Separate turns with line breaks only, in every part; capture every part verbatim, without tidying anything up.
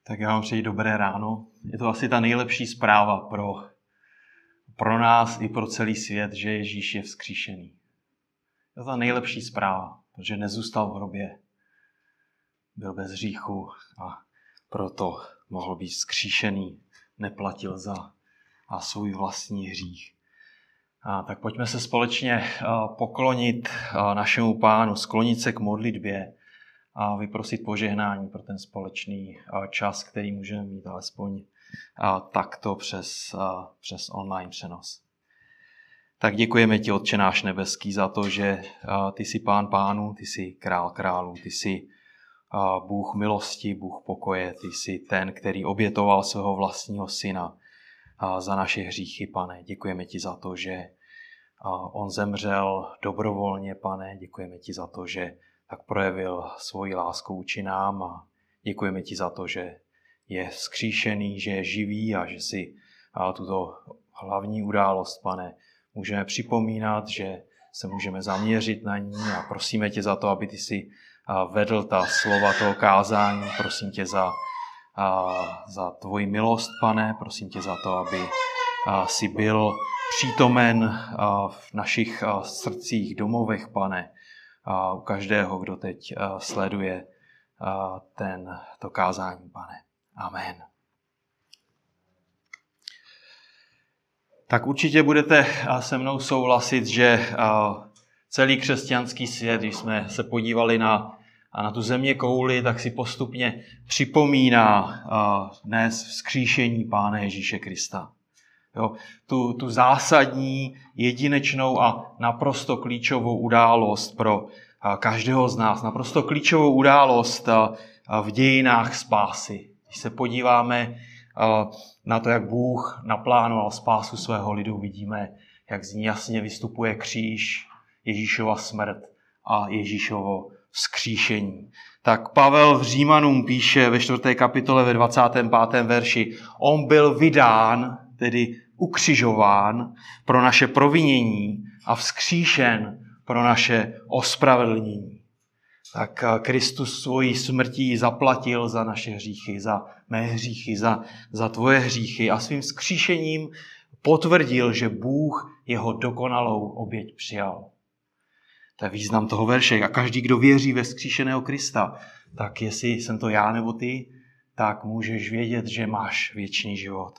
Tak já vám přeji dobré ráno. Je to asi ta nejlepší zpráva pro, pro nás i pro celý svět, že Ježíš je vzkříšený. Je to ta nejlepší zpráva, protože nezůstal v hrobě, byl bez hříchu a proto mohl být vzkříšený, neplatil za a svůj vlastní hřích. A tak pojďme se společně poklonit našemu Pánu, sklonit se k modlitbě a vyprosit požehnání pro ten společný čas, který můžeme mít alespoň takto přes, přes online přenos. Tak děkujeme ti, Otče náš nebeský, za to, že ty jsi Pán pánů, ty jsi král králů, ty jsi Bůh milosti, Bůh pokoje, ty jsi ten, který obětoval svého vlastního syna za naše hříchy, Pane. Děkujeme ti za to, že on zemřel dobrovolně, Pane. Děkujeme ti za to, že tak projevil svoji lásku vůči nám a děkujeme ti za to, že je vzkříšený, že je živý a že si tuto hlavní událost, Pane, můžeme připomínat, že se můžeme zaměřit na ní a prosíme tě za to, aby ty si vedl ta slova toho kázání. Prosím tě za, za tvoji milost, Pane, prosím tě za to, aby si byl přítomen v našich srdcích, domovech, Pane, u každého, kdo teď sleduje ten, to kázání, Pane. Amen. Tak určitě budete se mnou souhlasit, že celý křesťanský svět, když jsme se podívali na, na tu země kouli, tak si postupně připomíná dnes vzkříšení Pána Ježíše Krista. Jo, tu, tu zásadní, jedinečnou a naprosto klíčovou událost pro každého z nás, naprosto klíčovou událost v dějinách spásy. Když se podíváme na to, jak Bůh naplánoval spásu svého lidu, vidíme, jak z ní jasně vystupuje kříž, Ježíšova smrt a Ježíšovo vzkříšení. Tak Pavel v Římanům píše ve čtvrté kapitole ve dvacátém pátém verši: on byl vydán, tedy ukřižován pro naše provinění a vzkříšen pro naše ospravedlnění. Tak Kristus svojí smrtí zaplatil za naše hříchy, za mé hříchy, za, za tvoje hříchy a svým vzkříšením potvrdil, že Bůh jeho dokonalou oběť přijal. To je význam toho verše. A každý, kdo věří ve vzkříšeného Krista, tak jestli jsem to já nebo ty, tak můžeš vědět, že máš věčný život.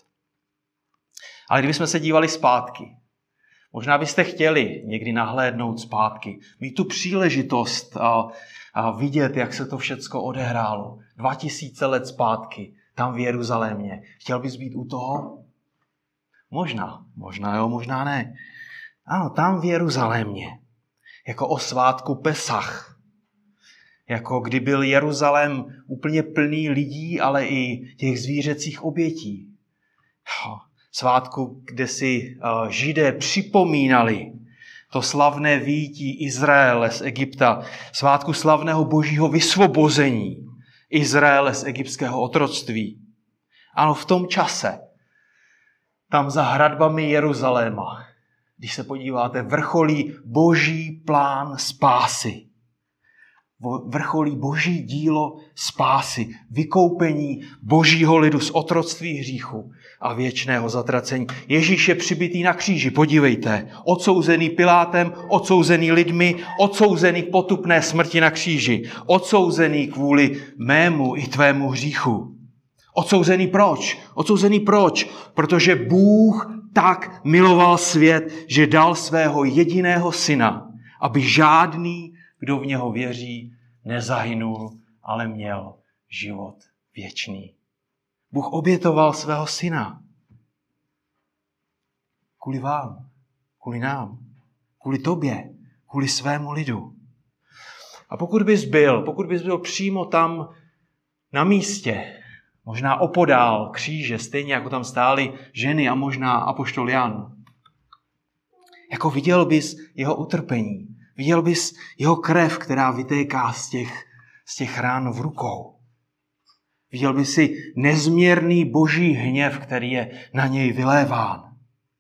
Ale kdybychom se dívali zpátky, možná byste chtěli někdy nahlédnout zpátky, mít tu příležitost a, a vidět, jak se to všecko odehrálo. Dva tisíce let zpátky, tam v Jeruzalémě. Chtěl bys být u toho? Možná, možná jo, možná ne. Ano, tam v Jeruzalémě. Jako o svátku Pesach. Jako kdy byl Jeruzalém úplně plný lidí, ale i těch zvířecích obětí. Svátku, kde si Židé připomínali to slavné vyjití Izraele z Egypta. Svátku slavného božího vysvobození Izraele z egyptského otroctví. Ano, v tom čase, tam za hradbami Jeruzaléma, když se podíváte, vrcholí boží plán spásy. Vrcholí boží dílo spásy, vykoupení božího lidu z otroctví hříchu a věčného zatracení. Ježíš je přibitý na kříži, podívejte, odsouzený Pilátem, odsouzený lidmi, odsouzený k potupné smrti na kříži, odsouzený kvůli mému i tvému hříchu. Odsouzený proč? Odsouzený proč? Protože Bůh tak miloval svět, že dal svého jediného syna, aby žádný, kdo v něho věří, nezahynul, ale měl život věčný. Bůh obětoval svého syna. Kvůli vám, kvůli nám, kvůli tobě, kvůli svému lidu. A pokud bys byl, pokud bys byl přímo tam na místě, možná opodál kříže, stejně jako tam stály ženy a možná apoštol Jan, jako viděl bys jeho utrpení, viděl bys jeho krev, která vytéká z těch, z těch rán v rukou. Viděl bys si nezměrný boží hněv, který je na něj vyléván.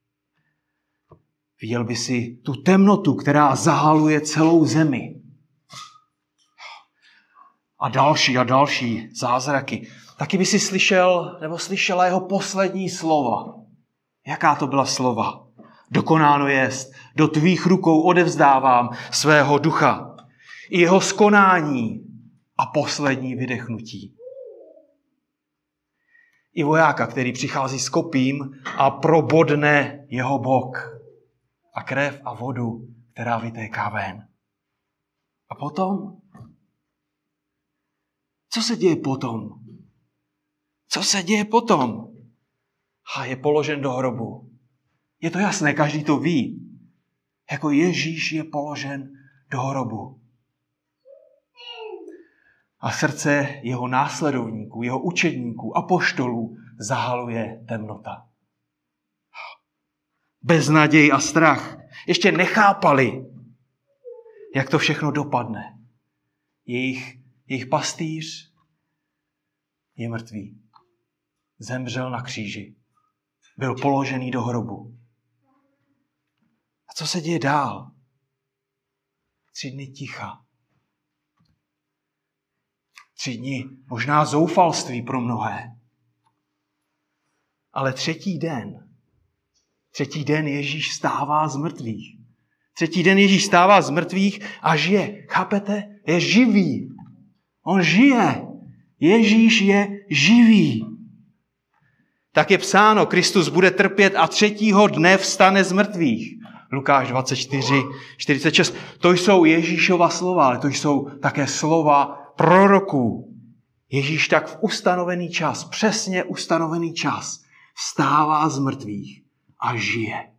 Viděl bys si tu temnotu, která zahaluje celou zemi. A další a další zázraky. taky by si slyšel nebo slyšela jeho poslední slova. Jaká to byla slova? Dokonáno jest, do tvých rukou odevzdávám svého ducha. I jeho skonání a poslední vydechnutí. I vojáka, který přichází s kopím a probodne jeho bok. A krev a vodu, která vytéká ven. A potom? Co se děje potom? Co se děje potom? A je položen do hrobu. Je to jasné, každý to ví. Jako Ježíš je položen do hrobu. A srdce jeho následovníků, jeho učedníků, apoštolů zahaluje temnota. Beznaděj a strach. Ještě nechápali, jak to všechno dopadne. Jejich, jejich pastýř je mrtvý. Zemřel na kříži. Byl položený do hrobu. A co se děje dál? Tři dny ticha. Tři dny možná zoufalství pro mnohé. Ale třetí den, třetí den Ježíš stává z mrtvých. Třetí den Ježíš stává z mrtvých a žije. Chápete? Je živý. On žije. Ježíš je živý. Tak je psáno, Kristus bude trpět a třetího dne vstane z mrtvých. Lukáš dvacet čtyři, čtyřicet šest. To jsou Ježíšova slova, ale to jsou také slova proroků. Ježíš tak v ustanovený čas, přesně ustanovený čas, vstává z mrtvých a žije.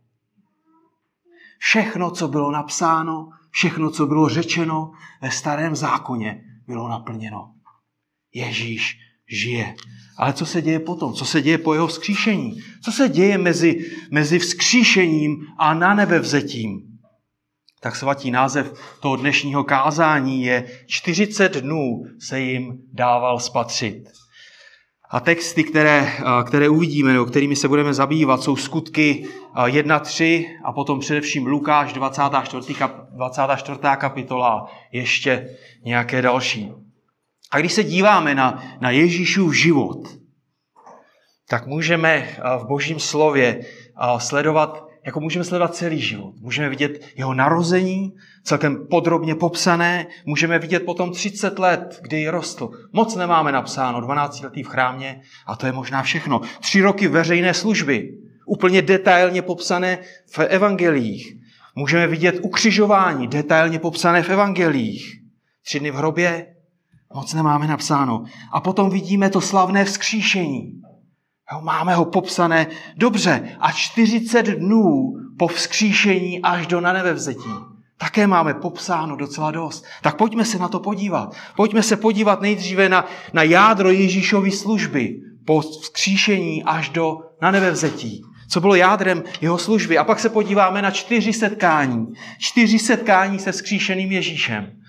Všechno, co bylo napsáno, všechno, co bylo řečeno ve starém zákoně, bylo naplněno. Ježíš žije. Ale co se děje potom? Co se děje po jeho vzkříšení? Co se děje mezi, mezi vzkříšením a na nebevzetím? Tak svatý název toho dnešního kázání je čtyřicet dnů se jim dával spatřit. A texty, které, které uvidíme, nebo kterými se budeme zabývat, jsou Skutky jedna tři a potom především Lukáš dvacátá čtvrtá kapitola, ještě nějaké další. A když se díváme na, na Ježíšův život, tak můžeme v Božím slově sledovat, jako můžeme sledovat celý život. Můžeme vidět jeho narození, celkem podrobně popsané. Můžeme vidět potom třicet let, kdy rostl. Moc nemáme napsáno, dvanáctiletý v chrámě a to je možná všechno. Tři roky veřejné služby, úplně detailně popsané v evangeliích. Můžeme vidět ukřižování, detailně popsané v evangeliích. Tři dny v hrobě, moc nemáme napsáno. A potom vidíme to slavné vzkříšení. Máme ho popsané dobře. A čtyřicet dnů po vzkříšení až do nanebevzetí. Také máme popsáno docela dost. Tak pojďme se na to podívat. Pojďme se podívat nejdříve na, na jádro Ježíšovy služby po vzkříšení až do nanebevzetí. Co bylo jádrem jeho služby. A pak se podíváme na čtyři setkání. Čtyři setkání se vzkříšeným Ježíšem.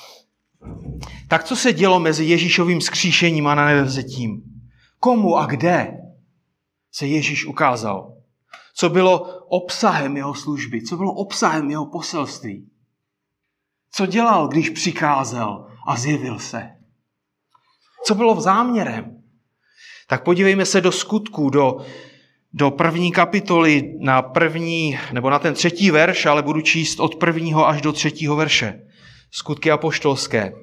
Tak co se dělo mezi Ježíšovým vzkříšením a nanebevzetím? Komu a kde se Ježíš ukázal? Co bylo obsahem jeho služby? Co bylo obsahem jeho poselství? Co dělal, když přikázal a zjevil se? Co bylo záměrem? Tak podívejme se do Skutků, do, do první kapitoly, na první, nebo na ten třetí verš, ale budu číst od prvního až do třetího verše. Skutky apoštolské.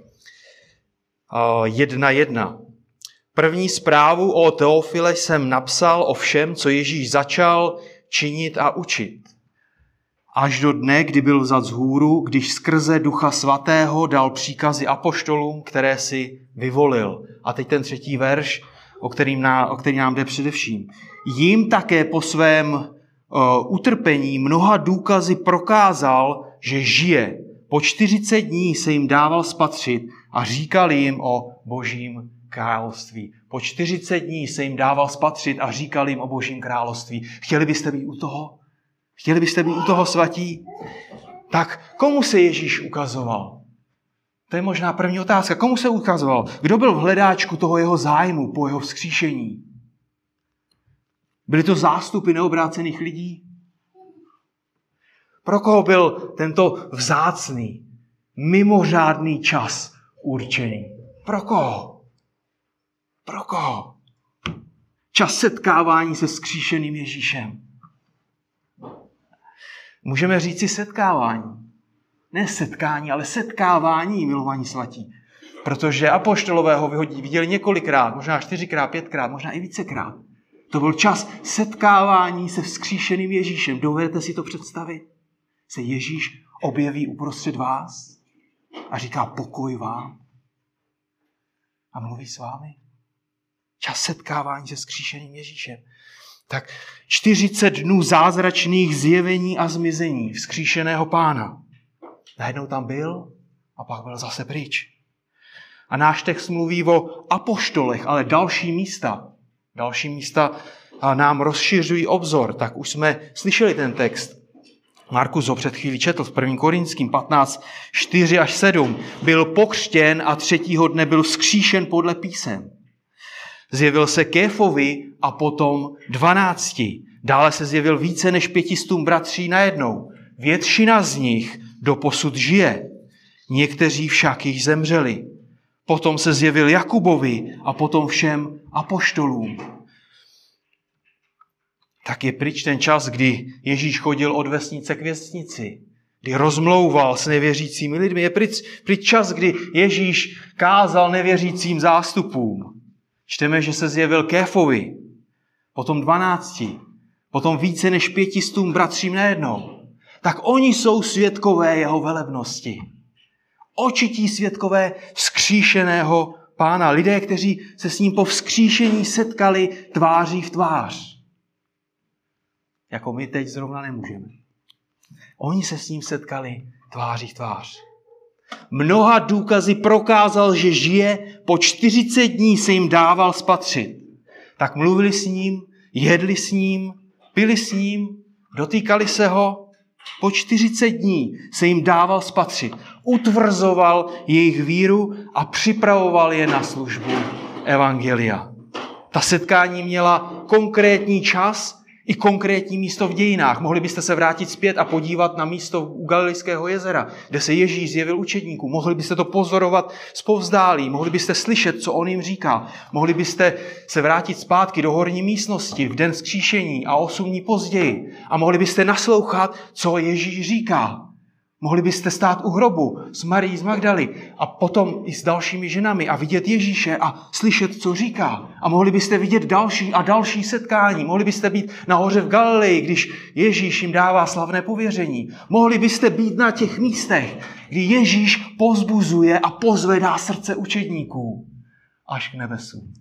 Jedna jedna. První zprávu o Teofile jsem napsal o všem, co Ježíš začal činit a učit. Až do dne, kdy byl vzat vzhůru, když skrze Ducha Svatého dal příkazy apoštolům, které si vyvolil. A teď ten třetí verš, o, kterým ná, o který nám jde především. Jím také po svém uh, utrpení mnoha důkazy prokázal, že žije. Po čtyřicet dní se jim dával spatřit a říkal jim o Božím království. Po čtyřicet dní se jim dával spatřit a říkal jim o Božím království. Chtěli byste být u toho? Chtěli byste být u toho, svatí? Tak komu se Ježíš ukazoval? To je možná první otázka. Komu se ukazoval? Kdo byl v hledáčku toho jeho zájmu po jeho vzkříšení? Byly to zástupy neobrácených lidí? Pro koho byl tento vzácný, mimořádný čas určený? Pro koho? Pro koho? Čas setkávání se vzkříšeným Ježíšem. Můžeme říci setkávání. Ne setkání, ale setkávání, milovaní svatí. Protože apoštolové ho viděli několikrát, možná čtyřikrát, pětkrát, možná i vícekrát. To byl čas setkávání se vzkříšeným Ježíšem. Dovedete si to představit? Se Ježíš objeví uprostřed vás a říká pokoj vám a mluví s vámi. Čas setkávání se vzkříšeným Ježíšem. Tak čtyřicet dnů zázračných zjevení a zmizení vzkříšeného Pána. Najednou tam byl a pak byl zase pryč. A náš text mluví o apoštolech, ale další místa, další místa nám rozšiřují obzor. Tak už jsme slyšeli ten text. Markus ho před chvílí četl v prvním Korinským patnáct, čtyři až sedm. Byl pokřtěn a třetího dne byl vzkříšen podle písem. Zjevil se Kéfovi a potom dvanácti. Dále se zjevil více než pětistům bratří najednou. Většina z nich doposud žije. Někteří však již zemřeli. Potom se zjevil Jakubovi a potom všem apoštolům. Tak je pryč ten čas, kdy Ježíš chodil od vesnice k vesnici, kdy rozmlouval s nevěřícími lidmi. Je pryč, pryč čas, kdy Ježíš kázal nevěřícím zástupům. Čteme, že se zjevil Kéfovi, potom dvanácti, potom více než pětistům bratřím najednou. Tak oni jsou svědkové jeho velebnosti. Očití svědkové vzkříšeného Pána. Lidé, kteří se s ním po vzkříšení setkali tváří v tvář. Jako my teď zrovna nemůžeme. Oni se s ním setkali tváří v tvář. Mnoha důkazy prokázal, že žije, po čtyřicet dní se jim dával spatřit. Tak mluvili s ním, jedli s ním, pili s ním, dotýkali se ho. Po čtyřicet dní se jim dával spatřit. Utvrzoval jejich víru a připravoval je na službu evangelia. Ta setkání měla konkrétní čas i konkrétní místo v dějinách. Mohli byste se vrátit zpět a podívat na místo u Galilejského jezera, kde se Ježíš zjevil učedníkům. Mohli byste to pozorovat zpovzdálí, mohli byste slyšet, co on jim říká. Mohli byste se vrátit zpátky do horní místnosti v den vzkříšení a osm dní později a mohli byste naslouchat, co Ježíš říká. Mohli byste stát u hrobu s Marií z Magdaly a potom i s dalšími ženami a vidět Ježíše a slyšet, co říká. A mohli byste vidět další a další setkání. Mohli byste být nahoře v Galileji, když Ježíš jim dává slavné pověření. Mohli byste být na těch místech, kdy Ježíš povzbuzuje a pozvedá srdce učedníků až k nebesům.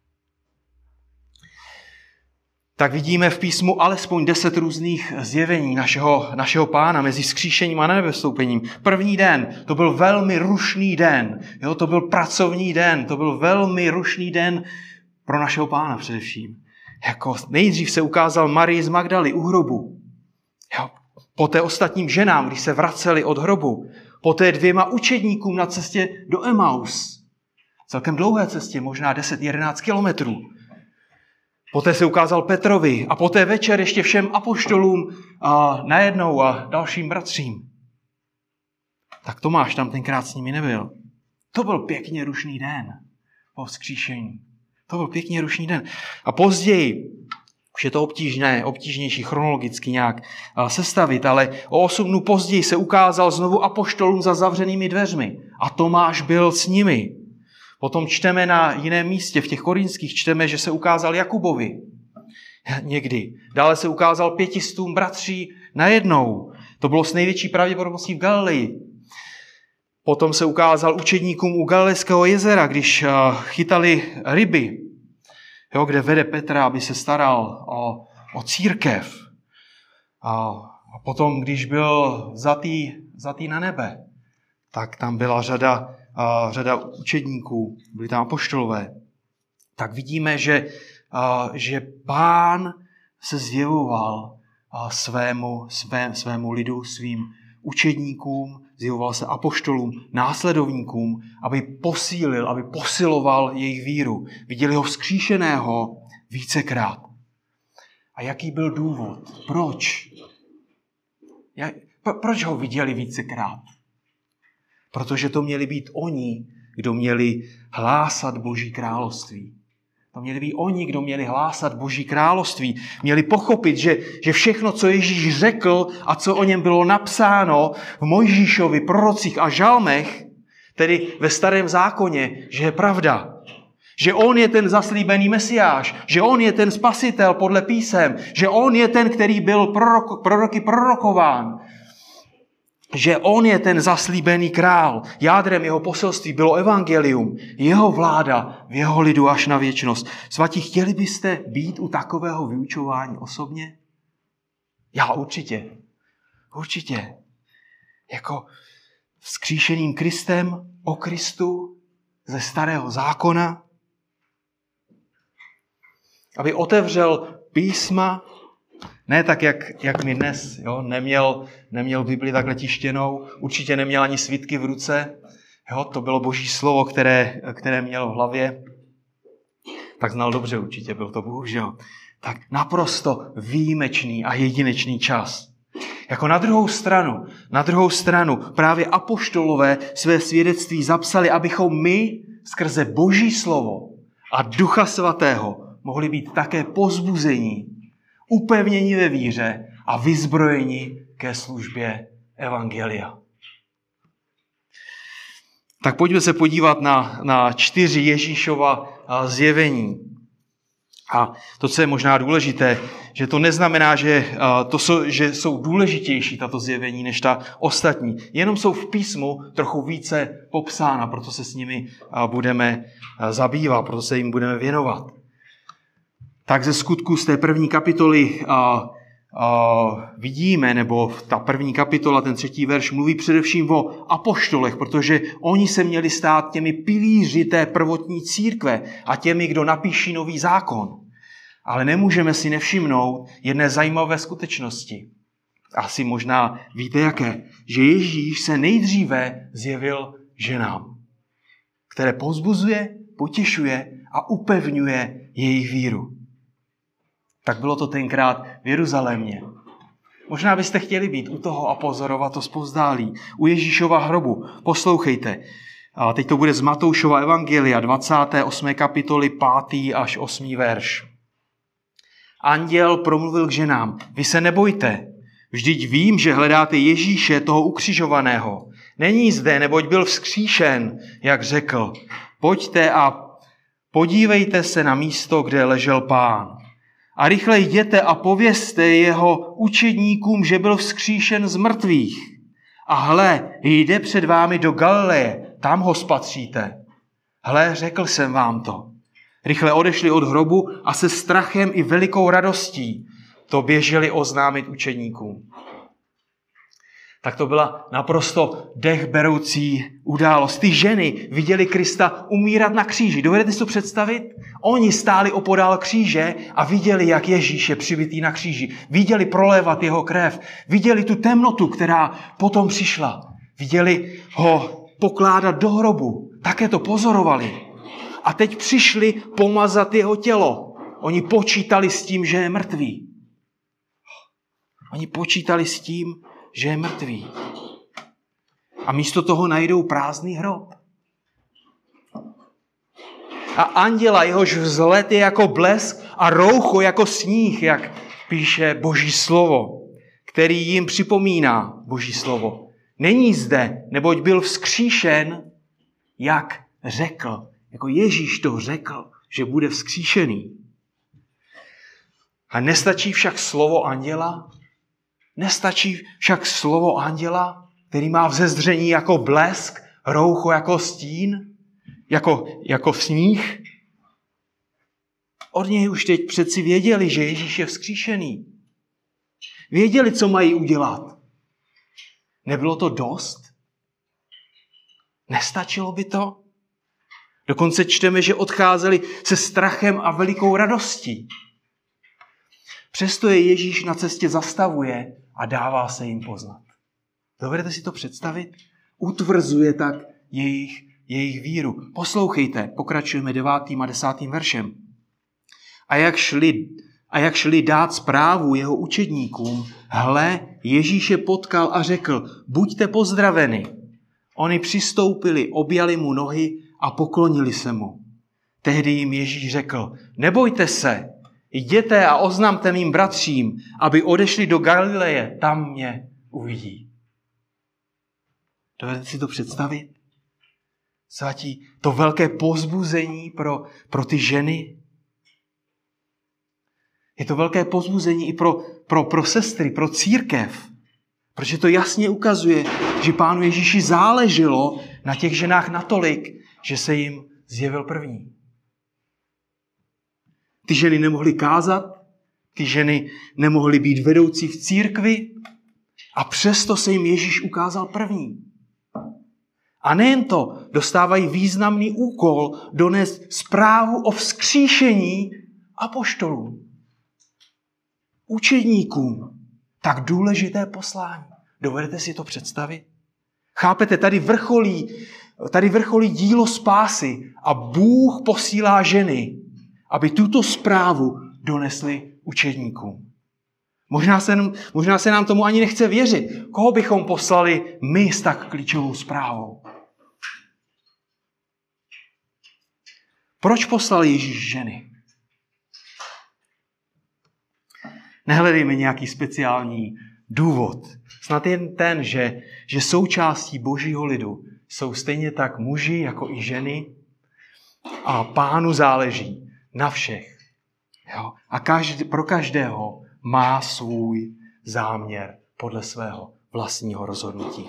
Tak vidíme v písmu alespoň deset různých zjevení našeho, našeho Pána mezi vzkříšením a nebestoupením. První den, to byl velmi rušný den. Jo, to byl pracovní den, to byl velmi rušný den pro našeho Pána především. Jako nejdřív se ukázal Marii z Magdaly u hrobu. Jo, poté ostatním ženám, když se vraceli od hrobu. Poté dvěma učedníkům na cestě do Emaus. Celkem dlouhé cestě, možná deset jedenáct kilometrů. Poté se ukázal Petrovi a poté večer ještě všem apoštolům a najednou a dalším bratřím. Tak Tomáš tam tenkrát s nimi nebyl. To byl pěkně rušný den po vzkříšení. To byl pěkně rušný den. A později, už je to obtížné, obtížnější chronologicky nějak sestavit, ale o osm dnů později se ukázal znovu apoštolům za zavřenými dveřmi. A Tomáš byl s nimi. Potom čteme na jiném místě, v těch korinských čteme, že se ukázal Jakubovi někdy. Dále se ukázal pětistům bratří najednou. To bylo s největší pravděpodobností v Galileji. Potom se ukázal učedníkům u Galilejského jezera, když chytali ryby, jo, kde vede Petra, aby se staral o, o církev. A potom, když byl vzatý, vzatý na nebe, tak tam byla řada A řada učedníků, byli tam apoštolové, tak vidíme, že, a, že Pán se zjevoval a, svému, svém, svému lidu, svým učedníkům, zjevoval se apoštolům, následovníkům, aby posílil, aby posiloval jejich víru. Viděli ho vzkříšeného vícekrát. A jaký byl důvod? Proč? Jak, proč ho viděli vícekrát? Protože to měli být oni, kdo měli hlásat Boží království. To měli být oni, kdo měli hlásat Boží království. Měli pochopit, že, že všechno, co Ježíš řekl a co o něm bylo napsáno v Mojžíšovi, prorocích a žalmech, tedy ve Starém zákoně, že je pravda. Že on je ten zaslíbený Mesiáš, že on je ten spasitel podle písem, že on je ten, který byl prorok, proroky prorokován, že on je ten zaslíbený král. Jádrem jeho poselství bylo evangelium, jeho vláda v jeho lidu až na věčnost. Svatí, chtěli byste být u takového vyučování osobně? Já určitě. Určitě. Jako vzkříšeným Kristem o Kristu ze Starého zákona, aby otevřel písma, ne tak, jak, jak my dnes, jo? Neměl, neměl Bibli takhle tištěnou, určitě neměl ani svitky v ruce, jo? To bylo Boží slovo, které, které měl v hlavě, tak znal dobře určitě, byl to Bůh, že jo? Tak naprosto výjimečný a jedinečný čas. Jako na druhou stranu, na druhou stranu právě apoštolové své svědectví zapsali, abychom my skrze Boží slovo a Ducha Svatého mohli být také pozbuzení, upevnění ve víře a vyzbrojení ke službě evangelia. Tak pojďme se podívat na, na čtyři Ježíšova zjevení. A to, co je možná důležité, že to neznamená, že, to jsou, že jsou důležitější tato zjevení než ta ostatní. Jenom jsou v písmu trochu více popsána, proto se s nimi budeme zabývat, proto se jim budeme věnovat. Tak ze Skutků z té první kapitoly a, a, vidíme, nebo ta první kapitola, ten třetí verš, mluví především o apoštolech, protože oni se měli stát těmi pilíři té prvotní církve a těmi, kdo napíší nový zákon. Ale nemůžeme si nevšimnout jedné zajímavé skutečnosti. Asi možná víte jaké, že Ježíš se nejdříve zjevil ženám, které povzbuzuje, potěšuje a upevňuje jejich víru. Tak bylo to tenkrát v Jeruzalémě. Možná byste chtěli být u toho a pozorovat to zpovzdálí. U Ježíšova hrobu. Poslouchejte. A teď to bude z Matoušova evangelia, dvacáté osmé kapitoly, pátý až osmý verš. Anděl promluvil k ženám. Vy se nebojte. Vždyť vím, že hledáte Ježíše, toho ukřižovaného. Není zde, neboť byl vzkříšen, jak řekl. Pojďte a podívejte se na místo, kde ležel Pán. A rychle jděte a povězte jeho učedníkům, že byl vzkříšen z mrtvých. A hle, jde před vámi do Galileje, tam ho spatříte. Hle, řekl jsem vám to. Rychle odešli od hrobu a se strachem i velikou radostí to běželi oznámit učedníkům. Tak to byla naprosto dechberoucí událost. Ty ženy viděly Krista umírat na kříži. Dovedete si to představit? Oni stáli opodál kříže a viděli, jak Ježíš je přibitý na kříži. Viděli prolévat jeho krev. Viděli tu temnotu, která potom přišla. Viděli ho pokládat do hrobu. Také to pozorovali. A teď přišli pomazat jeho tělo. Oni počítali s tím, že je mrtvý. Oni počítali s tím, že je mrtvý. A místo toho najdou prázdný hrob. A anděla, jehož vzhled je jako blesk a roucho jako sníh, jak píše Boží slovo, který jim připomíná Boží slovo. Není zde, neboť byl vzkříšen, jak řekl. Jako Ježíš to řekl, že bude vzkříšený. A nestačí však slovo anděla? Nestačí však slovo anděla, který má vzezření jako blesk, roucho jako stín, jako, jako sníh? Od něj už teď přeci věděli, že Ježíš je vzkříšený. Věděli, co mají udělat. Nebylo to dost? Nestačilo by to? Dokonce čteme, že odcházeli se strachem a velikou radostí. Přesto je Ježíš na cestě zastavuje a dává se jim poznat. Dovedete si to představit? Utvrzuje tak jejich, jejich víru. Poslouchejte, pokračujeme devátým a desátým veršem. A jak šli, a jak šli dát zprávu jeho učedníkům, hle, Ježíš je potkal a řekl, buďte pozdraveni. Oni přistoupili, objali mu nohy a poklonili se mu. Tehdy jim Ježíš řekl, nebojte se, jděte a oznamte mým bratřím, aby odešli do Galileje, tam mě uvidí. Dovedete si to představit? Svatí, to velké povzbuzení pro, pro ty ženy. Je to velké povzbuzení i pro, pro, pro sestry, pro církev. Protože to jasně ukazuje, že Pánu Ježíši záleželo na těch ženách natolik, že se jim zjevil první. Ty ženy nemohly kázat, ty ženy nemohly být vedoucí v církvi a přesto se jim Ježíš ukázal první. A nejen to, dostávají významný úkol donést zprávu o vzkříšení apoštolů, učedníkům. Tak důležité poslání. Dovedete si to představit? Chápete, tady vrcholí, tady vrcholí dílo spásy a Bůh posílá ženy, aby tuto zprávu donesli učedníkům. Možná se, možná se nám tomu ani nechce věřit. Koho bychom poslali my s tak klíčovou zprávou? Proč poslal Ježíš ženy? Nehledejme nějaký speciální důvod. Snad jen ten, že, že součástí Božího lidu jsou stejně tak muži jako i ženy a Pánu záleží na všech. Jo? A každý, pro každého má svůj záměr podle svého vlastního rozhodnutí.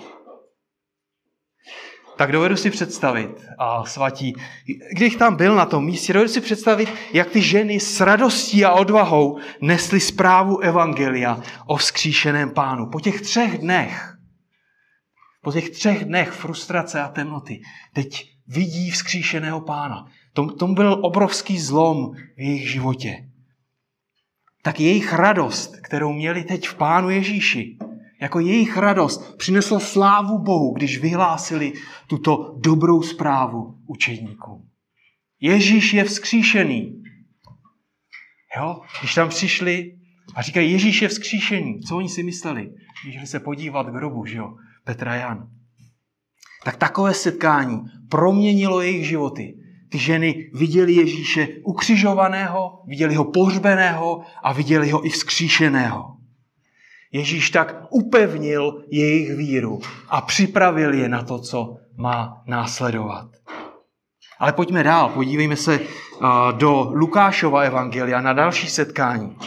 Tak dovedu si představit, a svatí, když tam byl na tom místě, dovedu si představit, jak ty ženy s radostí a odvahou nesly zprávu evangelia o vzkříšeném Pánu. Po těch třech dnech, po těch třech dnech frustrace a temnoty, teď vidí vzkříšeného Pána. Tom, tom byl obrovský zlom v jejich životě. Tak jejich radost, kterou měli teď v Pánu Ježíši, jako jejich radost přinesla slávu Bohu, když vyhlásili tuto dobrou zprávu učedníkům. Ježíš je vzkříšený. Jo? Když tam přišli a říkají, Ježíš je vzkříšený, co oni si mysleli? Když se podívat k hrobu, že jo? Petra Jan. Tak takové setkání proměnilo jejich životy. Ty ženy viděli Ježíše ukřižovaného, viděli ho pohřbeného a viděli ho i vzkříšeného. Ježíš tak upevnil jejich víru a připravil je na to, co má následovat. Ale pojďme dál, podívejme se do Lukášova evangelia na další setkání.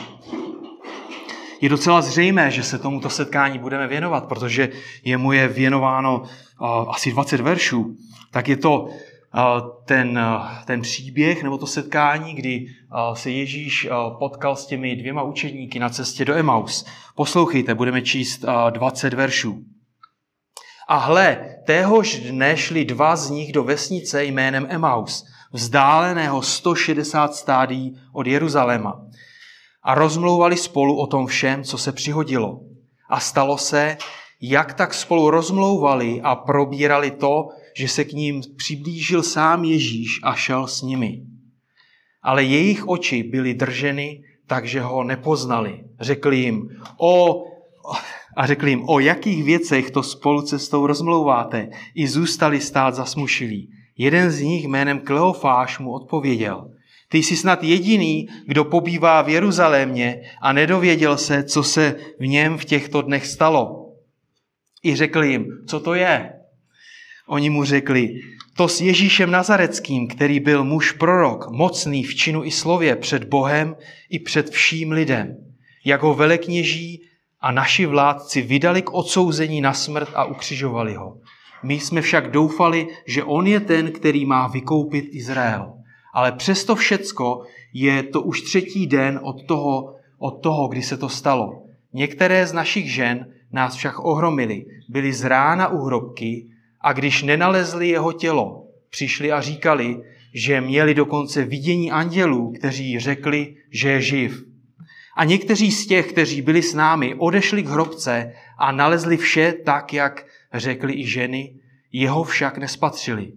Je docela zřejmé, že se tomuto setkání budeme věnovat, protože jemu je věnováno asi dvacet veršů. Tak je to ten, ten příběh nebo to setkání, kdy se Ježíš potkal s těmi dvěma učedníky na cestě do Emaus. Poslouchejte, budeme číst dvacet veršů. A hle, téhož dne šli dva z nich do vesnice jménem Emaus, vzdáleného sto šedesát stádií od Jeruzaléma. A rozmlouvali spolu o tom všem, co se přihodilo. A stalo se, jak tak spolu rozmlouvali a probírali to, že se k ním přiblížil sám Ježíš a šel s nimi. Ale jejich oči byly drženy, takže ho nepoznali. Řekli jim, o, a řekli jim, o jakých věcech to spolu cestou rozmlouváte? I zůstali stát zasmušilí. Jeden z nich jménem Kleofáš mu odpověděl, ty jsi snad jediný, kdo pobývá v Jeruzalémě a nedověděl se, co se v něm v těchto dnech stalo. I řekl jim, co to je? Oni mu řekli, to s Ježíšem Nazareckým, který byl muž prorok, mocný v činu i slově před Bohem i před vším lidem. Jak ho velekněží a naši vládci vydali k odsouzení na smrt a ukřižovali ho. My jsme však doufali, že on je ten, který má vykoupit Izrael. Ale přesto všecko je to už třetí den od toho, od toho, kdy se to stalo. Některé z našich žen nás však ohromily, byly z rána u hrobky a když nenalezli jeho tělo, přišli a říkali, že měli dokonce vidění andělů, kteří řekli, že je živ. A někteří z těch, kteří byli s námi, odešli k hrobce a nalezli vše tak, jak řekli i ženy, jeho však nespatřili.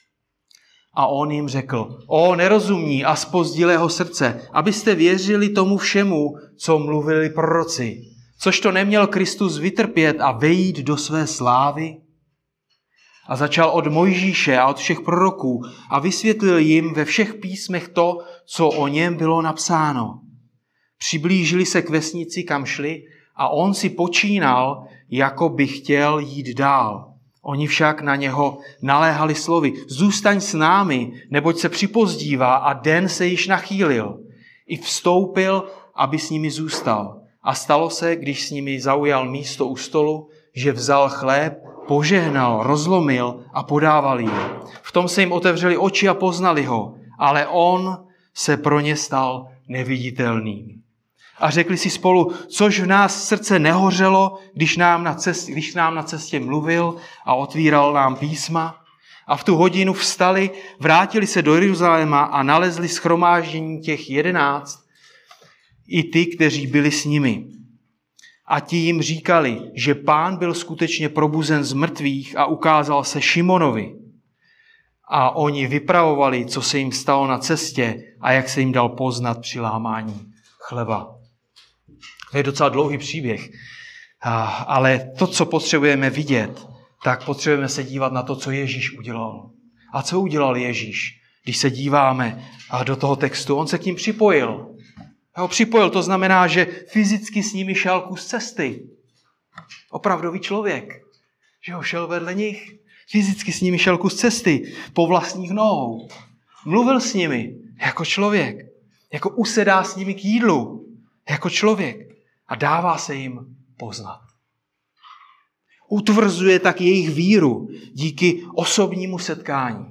A on jim řekl, o nerozumní a zpozdilého srdce, abyste věřili tomu všemu, co mluvili proroci. Což to neměl Kristus vytrpět a vejít do své slávy? A začal od Mojžíše a od všech proroků a vysvětlil jim ve všech písmech to, co o něm bylo napsáno. Přiblížili se k vesnici, kam šli, a on si počínal, jako by chtěl jít dál. Oni však na něho naléhali slovy: zůstaň s námi, neboť se připozdívá a den se již nachýlil. I vstoupil, aby s nimi zůstal. A stalo se, když s nimi zaujal místo u stolu, že vzal chléb, požehnal, rozlomil a podával jim. V tom se jim otevřeli oči a poznali ho, ale on se pro ně stal neviditelným. A řekli si spolu: což v nás srdce nehořelo, když nám na cestě, když nám na cestě mluvil a otvíral nám písma. A v tu hodinu vstali, vrátili se do Jeruzaléma a nalezli shromáždění těch jedenáct, i ty, kteří byli s nimi. A ti jim říkali, že Pán byl skutečně probuzen z mrtvých a ukázal se Šimonovi. A oni vypravovali, co se jim stalo na cestě a jak se jim dal poznat při lámání chleba. To je docela dlouhý příběh, ale to, co potřebujeme vidět, tak potřebujeme se dívat na to, co Ježíš udělal. A co udělal Ježíš, když se díváme do toho textu? On se k ním připojil. Ho připojil, to znamená, že fyzicky s nimi šel kus cesty. Opravdový člověk, že ho šel vedle nich. Fyzicky s nimi šel kus cesty po vlastních nohou. Mluvil s nimi jako člověk. Jako usedá s nimi k jídlu jako člověk. A dává se jim poznat. Utvrzuje tak jejich víru díky osobnímu setkání.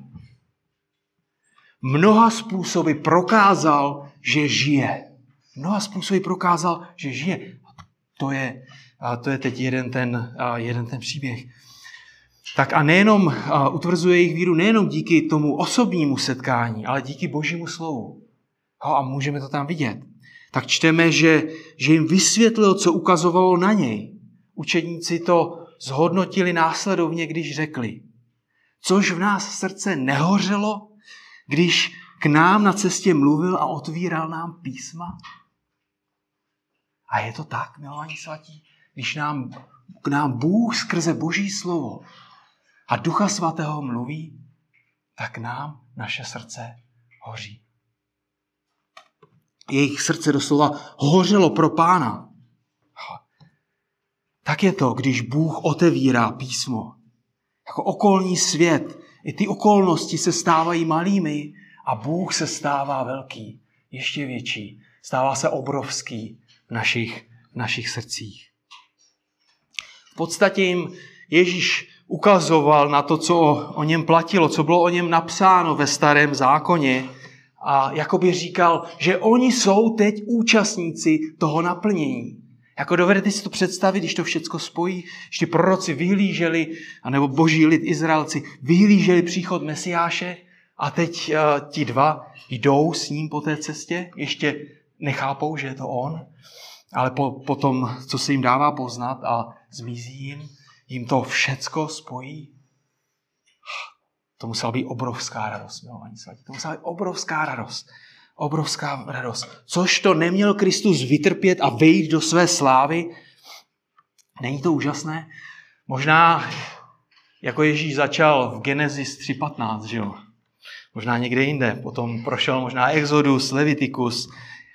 Mnoha způsoby prokázal, že žije. Mnoha způsoby prokázal, že žije. To je, to je teď jeden ten, jeden ten příběh. Tak a nejenom utvrzuje jejich víru nejenom díky tomu osobnímu setkání, ale díky Božímu slovu. A můžeme to tam vidět. Tak čteme, že, že jim vysvětlil, co ukazovalo na něj. Učedníci to zhodnotili následovně, když řekli: což v nás srdce nehořelo, když k nám na cestě mluvil a otvíral nám písma. A je to tak, milovaní svatí, když nám, k nám Bůh skrze Boží slovo a Ducha Svatého mluví, tak nám naše srdce hoří. Jejich srdce doslova hořelo pro Pána. Tak je to, když Bůh otevírá písmo. Jako okolní svět, i ty okolnosti se stávají malými a Bůh se stává velký, ještě větší. Stává se obrovský v našich, v našich srdcích. V podstatě jim Ježíš ukazoval na to, co o, o něm platilo, co bylo o něm napsáno ve Starém zákoně, a jakoby říkal, že oni jsou teď účastníci toho naplnění. Jako dovedete si to představit, když to všecko spojí, když ty proroci vyhlíželi, anebo boží lid Izraelci vyhlíželi příchod Mesiáše a teď uh, ti dva jdou s ním po té cestě, ještě nechápou, že je to on, ale po, po tom, co se jim dává poznat a zmizí jim, jim to všecko spojí. To musela být obrovská radost, milovaní svatí. To musela být obrovská radost. Obrovská radost. Což to neměl Kristus vytrpět a vejít do své slávy? Není to úžasné? Možná jako Ježíš začal v Genesis tři patnáct, že jo? Možná někde jinde. Potom prošel možná Exodus, Levitikus,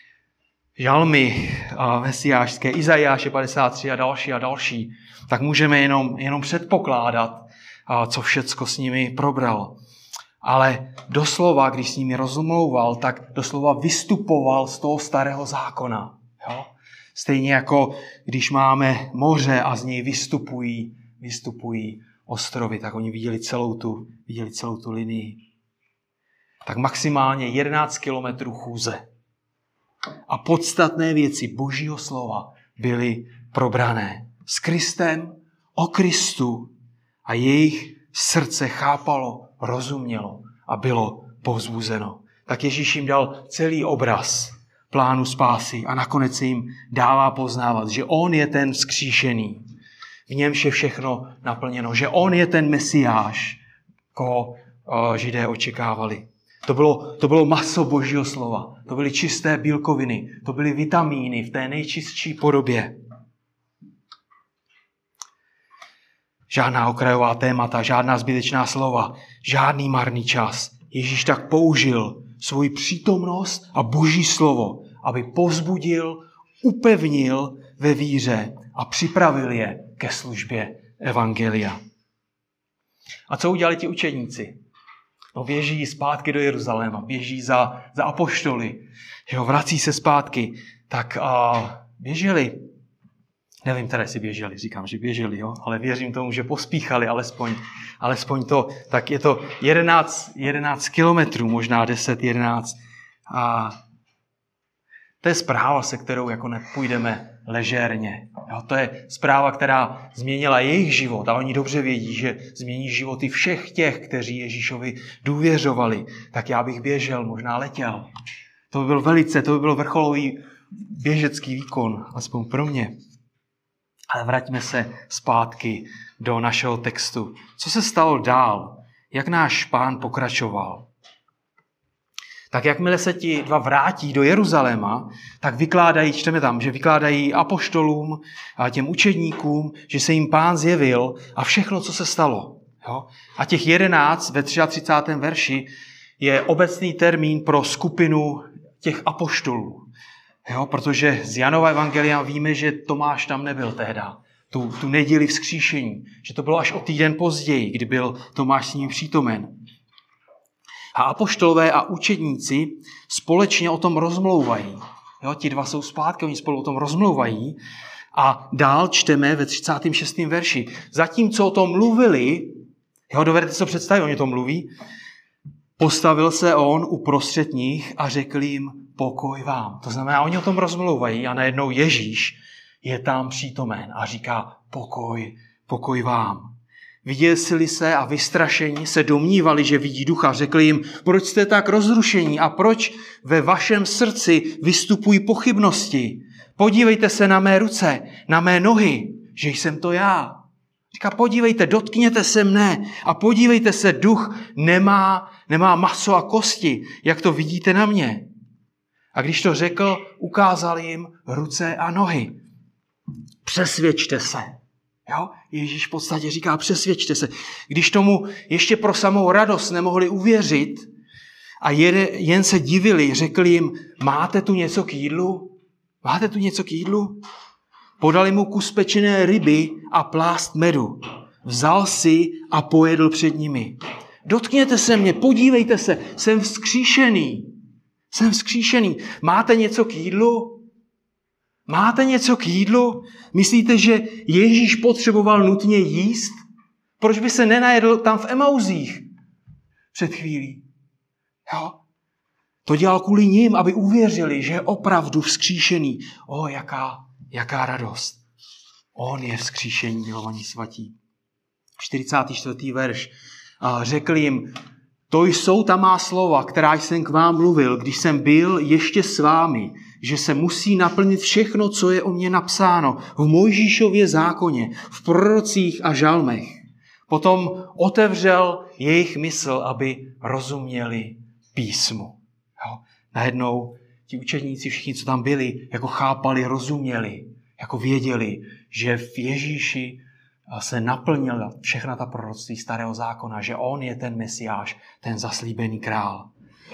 Žalmy mesiášské, Izajáše padesát tři a další a další. Tak můžeme jenom, jenom předpokládat, co všecko s nimi probral. Ale doslova, když s nimi rozmlouval, tak doslova vystupoval z toho starého zákona. Jo? Stejně jako když máme moře a z něj vystupují, vystupují ostrovy, tak oni viděli celou tu, viděli celou tu linii. Tak maximálně jedenáct kilometrů chůze. A podstatné věci Božího slova byly probrané. S Kristem, o Kristu, a jejich srdce chápalo, rozumělo a bylo povzbuzeno. Tak Ježíš jim dal celý obraz plánu spásy a nakonec se jim dává poznávat, že on je ten vzkříšený. V němž je všechno naplněno. Že on je ten Mesiáš, koho Židé očekávali. To bylo, to bylo maso Božího slova. To byly čisté bílkoviny. To byly vitamíny v té nejčistší podobě. žádná okrajová témata, žádná zbytečná slova, žádný marný čas. Ježíš tak použil svoji přítomnost a Boží slovo, aby povzbudil, upevnil ve víře a připravil je ke službě evangelia. A co udělali ti učedníci? No, běží zpátky do Jeruzaléma, běží za, za apoštoly, jo, vrací se zpátky. Tak a běželi. Nevím, které si běželi, říkám, že běželi, jo, ale věřím tomu, že pospíchali alespoň, alespoň to. Tak je to jedenáct kilometrů, možná deset, jedenáct. A to je zpráva, se kterou jako nepůjdeme ležérně. Jo, to je zpráva, která změnila jejich život a oni dobře vědí, že změní životy všech těch, kteří Ježíšovi důvěřovali. Tak já bych běžel, možná letěl. To by byl velice, to by byl vrcholový běžecký výkon, aspoň pro mě. Ale vraťme se zpátky do našeho textu. Co se stalo dál? Jak náš Pán pokračoval? Tak jakmile se ti dva vrátí do Jeruzaléma, tak vykládají, čteme tam, že vykládají apoštolům a těm učedníkům, že se jim Pán zjevil a všechno, co se stalo. Jo? A těch jedenáct ve třicátém třetím verši je obecný termín pro skupinu těch apoštolů. Jo, protože z Janova evangelia víme, že Tomáš tam nebyl tehda, tu, tu neděli vzkříšení, že to bylo až o týden později, kdy byl Tomáš s ním přítomen. A apoštolové a učedníci společně o tom rozmlouvají. Jo, ti dva jsou zpátky, oni spolu o tom rozmlouvají a dál čteme ve třicátém šestém verši. Zatímco o tom mluvili, jo, dovedete si to představit, oni o tom mluví, postavil se on uprostřed nich a řekl jim, pokoj vám. To znamená, oni o tom rozmlouvají a najednou Ježíš je tam přítomen a říká pokoj, pokoj vám. Vyděsili se a vystrašení se domnívali, že vidí ducha. Řekli jim, proč jste tak rozrušení a proč ve vašem srdci vystupují pochybnosti. Podívejte se na mé ruce, na mé nohy, že jsem to já. Říká, podívejte, dotkněte se mne a podívejte se, duch nemá, nemá maso a kosti, jak to vidíte na mě. A když to řekl, ukázal jim ruce a nohy. Přesvědčte se. Jo? Ježíš v podstatě říká, přesvědčte se. Když tomu ještě pro samou radost nemohli uvěřit a jen se divili, řekl jim, máte tu něco k jídlu? Máte tu něco k jídlu? Podali mu kus pečené ryby a plást medu. Vzal si a pojedl před nimi. Dotkněte se mě, podívejte se, jsem vzkříšený. Jsem vzkříšený. Máte něco k jídlu? Máte něco k jídlu? Myslíte, že Ježíš potřeboval nutně jíst? Proč by se nenajedl tam v Emauzích před chvílí? Jo? To dělal kvůli ním, aby uvěřili, že je opravdu vzkříšený. O, jaká, jaká radost. On je vzkříšení, milovaní svatí. čtyřicátý čtvrtý verš. A řekl jim, to jsou ta má slova, která jsem k vám mluvil, když jsem byl ještě s vámi, že se musí naplnit všechno, co je o mně napsáno v Mojžíšově zákoně, v prorocích a žalmech. Potom otevřel jejich mysl, aby rozuměli písmu. Jo? Najednou ti učedníci, všichni, co tam byli, jako chápali, rozuměli, jako věděli, že v Ježíši se naplnila všechna ta proroctví starého zákona, že on je ten Mesiáš, ten zaslíbený král.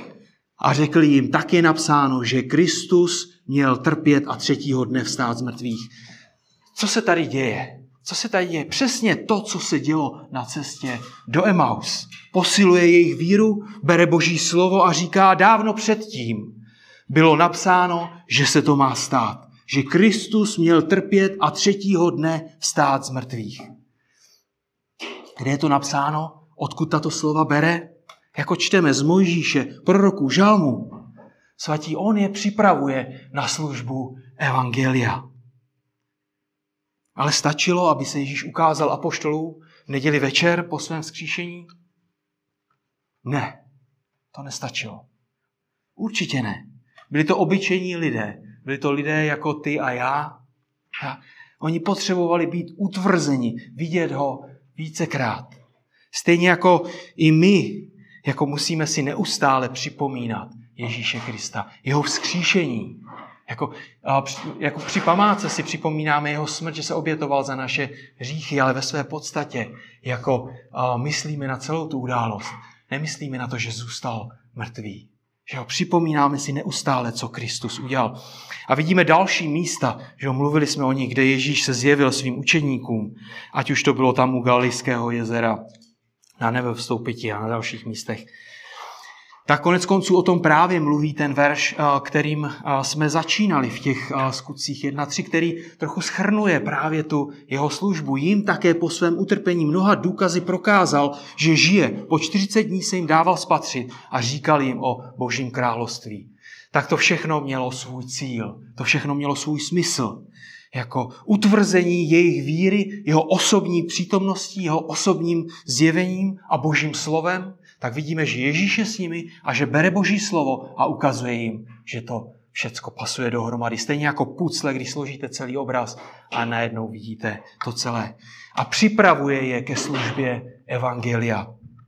A řekl jim, tak je napsáno, že Kristus měl trpět a třetího dne vstát z mrtvých. Co se tady děje? Co se tady děje? Přesně to, co se dělo na cestě do Emaus. Posiluje jejich víru, bere Boží slovo a říká, dávno předtím bylo napsáno, že se to má stát. Že Kristus měl trpět a třetího dne vstát z mrtvých. Kde je to napsáno? Odkud tato slova bere? Jako čteme z Mojžíše, proroků, žalmů. Svatí, on je připravuje na službu evangelia. Ale stačilo, aby se Ježíš ukázal apoštolům v neděli večer po svém vzkříšení? Ne, to nestačilo. Určitě ne. Byli to obyčejní lidé. Byli to lidé jako ty a já. A oni potřebovali být utvrzeni, vidět ho vícekrát. Stejně jako i my, jako musíme si neustále připomínat Ježíše Krista, jeho vzkříšení. Jako, jako při památce si připomínáme jeho smrt, že se obětoval za naše hříchy, ale ve své podstatě jako myslíme na celou tu událost. Nemyslíme na to, že zůstal mrtvý. Že ho připomínáme si neustále, co Kristus udělal. A vidíme další místa, že ho mluvili jsme o nich, kde Ježíš se zjevil svým učedníkům, ať už to bylo tam u Galilejského jezera, na nebevstoupití a na dalších místech. Tak konec konců o tom právě mluví ten verš, kterým jsme začínali v těch skutcích jedna tři, který trochu shrnuje právě tu jeho službu. Jim také po svém utrpení mnoha důkazy prokázal, že žije. Po čtyřicet dní se jim dával spatřit a říkal jim o Božím království. Tak to všechno mělo svůj cíl, to všechno mělo svůj smysl. Jako utvrzení jejich víry, jeho osobní přítomností, jeho osobním zjevením a Božím slovem, tak vidíme, že Ježíš je s nimi a že bere Boží slovo a ukazuje jim, že to všecko pasuje dohromady. Stejně jako pucle, když složíte celý obraz a najednou vidíte to celé. A připravuje je ke službě evangelia.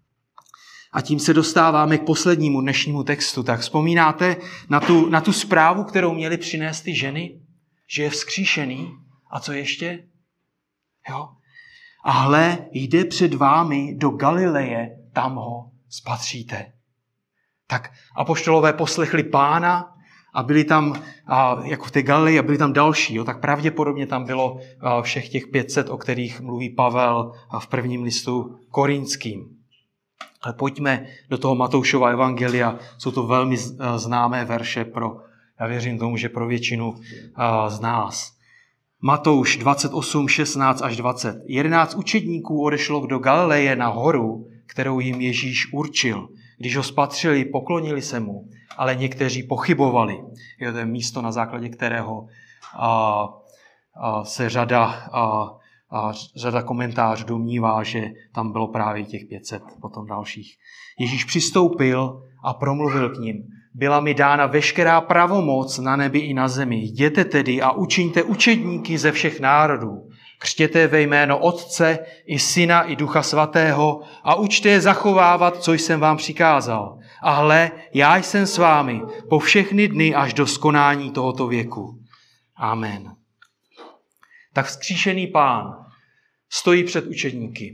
A tím se dostáváme k poslednímu dnešnímu textu. Tak vzpomínáte na tu, na tu zprávu, kterou měly přinést ty ženy? Že je vzkříšený. A co ještě? Jo. A hle, jde před vámi do Galileje, tam ho spatříte. Tak apoštolové poslechli Pána a byli tam, a jako v té Galileji, a byli tam další. Jo, tak pravděpodobně tam bylo všech těch pět set, o kterých mluví Pavel v prvním listu Korinským. Ale pojďme do toho Matoušova evangelia. Jsou to velmi známé verše pro, já věřím tomu, že pro většinu z nás. Matouš dvacet osm, šestnáct až dvacet. jedenáct učedníků odešlo do Galileje na horu, kterou jim Ježíš určil. Když ho spatřili, poklonili se mu, ale někteří pochybovali. Je to místo, na základě kterého a, a, se řada, a, a, řada komentářů domnívá, že tam bylo právě těch pět set, potom dalších. Ježíš přistoupil a promluvil k nim. Byla mi dána veškerá pravomoc na nebi i na zemi. Jděte tedy a učiňte učedníky ze všech národů. Křtěte ve jméno Otce i Syna i Ducha Svatého a učte je zachovávat, co jsem vám přikázal. A hle, já jsem s vámi po všechny dny až do skonání tohoto věku. Amen. Tak vzkříšený Pán stojí před učedníky.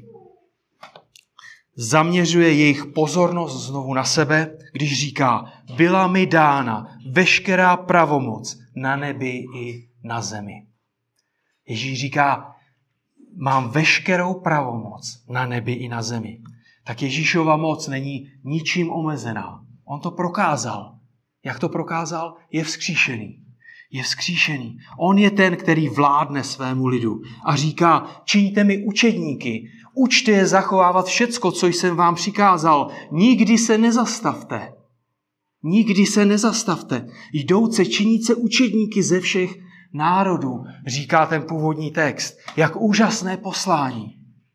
Zaměřuje jejich pozornost znovu na sebe, když říká, byla mi dána veškerá pravomoc na nebi i na zemi. Ježíš říká, mám veškerou pravomoc na nebi i na zemi. Tak Ježíšova moc není ničím omezená. On to prokázal. Jak to prokázal? Je vzkříšený. Je vzkříšený. On je ten, který vládne svému lidu a říká, čiňte mi učedníky, učte je zachovávat všecko, co jsem vám přikázal. Nikdy se nezastavte. Nikdy se nezastavte. Jdouce činit se učedníky ze všech národů, říká ten původní text. Jak úžasné poslání.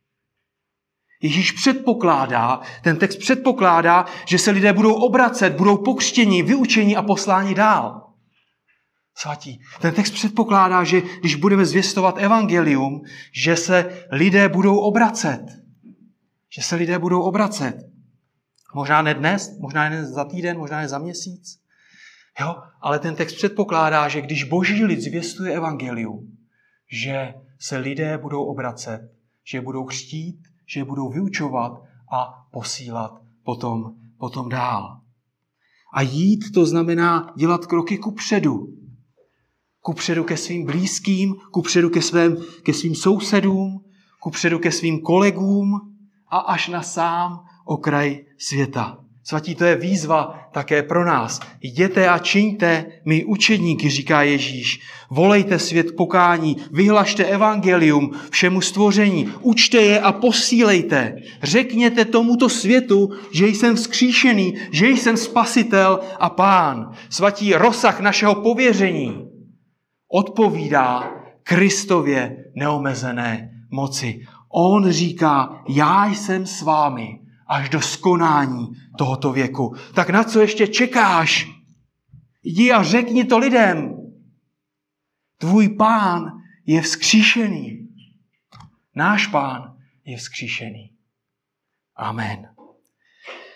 Ježíš předpokládá, ten text předpokládá, že se lidé budou obracet, budou pokřtěni, vyučeni a posláni dál. Svatí. Ten text předpokládá, že když budeme zvěstovat evangelium, že se lidé budou obracet. Že se lidé budou obracet. Možná ne dnes, možná ne za týden, možná ne za měsíc. Jo? Ale ten text předpokládá, že když Boží lid zvěstuje evangelium, že se lidé budou obracet, že budou křtít, že budou vyučovat a posílat potom, potom dál. A jít to znamená dělat kroky kupředu. Kupředu ke svým blízkým, kupředu ke, svém, ke svým sousedům, kupředu ke svým kolegům a až na sám okraj světa. Svatí, to je výzva také pro nás. Jděte a čiňte my učedníky, říká Ježíš. Volejte svět k pokání, vyhlašte evangelium všemu stvoření, učte je a posílejte. Řekněte tomuto světu, že jsem vzkříšený, že jsem spasitel a Pán. Svatí, rozsah našeho pověření odpovídá Kristově neomezené moci. On říká, já jsem s vámi až do skonání tohoto věku. Tak na co ještě čekáš? Jdi a řekni to lidem. Tvůj Pán je vzkříšený. Náš Pán je vzkříšený. Amen.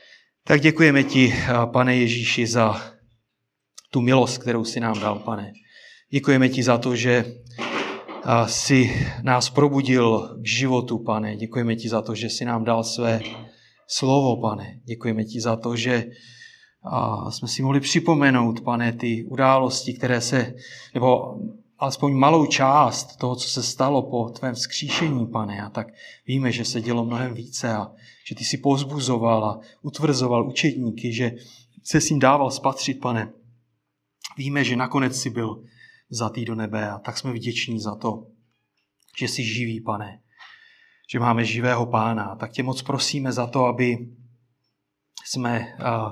Tak děkujeme ti, Pane Ježíši, za tu milost, kterou jsi nám dal, Pane. Děkujeme ti za to, že jsi nás probudil k životu, Pane. Děkujeme ti za to, že jsi nám dal své slovo, Pane. Děkujeme ti za to, že jsme si mohli připomenout, Pane, ty události, které se, nebo alespoň malou část toho, co se stalo po tvém vzkříšení, Pane. A tak víme, že se dělo mnohem více a že ty jsi povzbuzoval a utvrzoval učedníky, že se s ním dával spatřit, Pane. Víme, že nakonec jsi byl vzatý do nebe a tak jsme vděční za to, že jsi živý, Pane. Že máme živého Pána. Tak tě moc prosíme za to, aby jsme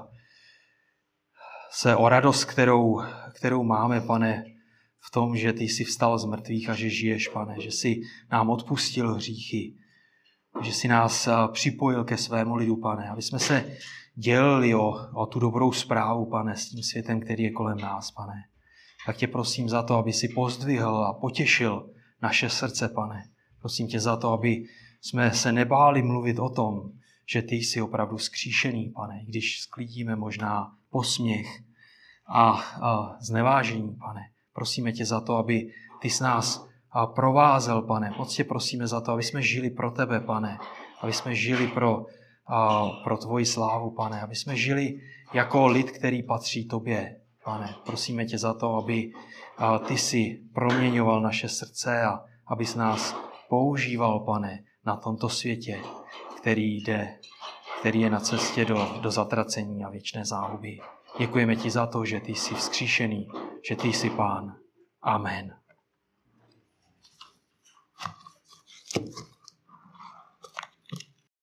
se o radost, kterou, kterou máme, Pane, v tom, že ty jsi vstal z mrtvých a že žiješ, Pane, že jsi nám odpustil hříchy, že jsi nás připojil ke svému lidu, Pane, aby jsme se dělili o, o tu dobrou zprávu, Pane, s tím světem, který je kolem nás, Pane. Tak tě prosím za to, aby si pozdvihl a potěšil naše srdce, Pane. Prosím tě za to, aby jsme se nebáli mluvit o tom, že ty jsi opravdu vzkříšený, Pane, když sklidíme možná posměch a, a znevážení, Pane. Prosíme tě za to, aby ty s nás provázel, Pane. Moc tě prosíme za to, aby jsme žili pro tebe, Pane. Aby jsme žili pro, a, pro tvoji slávu, Pane. Aby jsme žili jako lid, který patří tobě, Pane. Prosíme tě za to, aby a, ty si proměňoval naše srdce a abys nás používal, Pane, na tomto světě, který jde, který je na cestě do, do zatracení a věčné záhuby. Děkujeme ti za to, že ty jsi vzkříšený, že ty jsi Pán. Amen.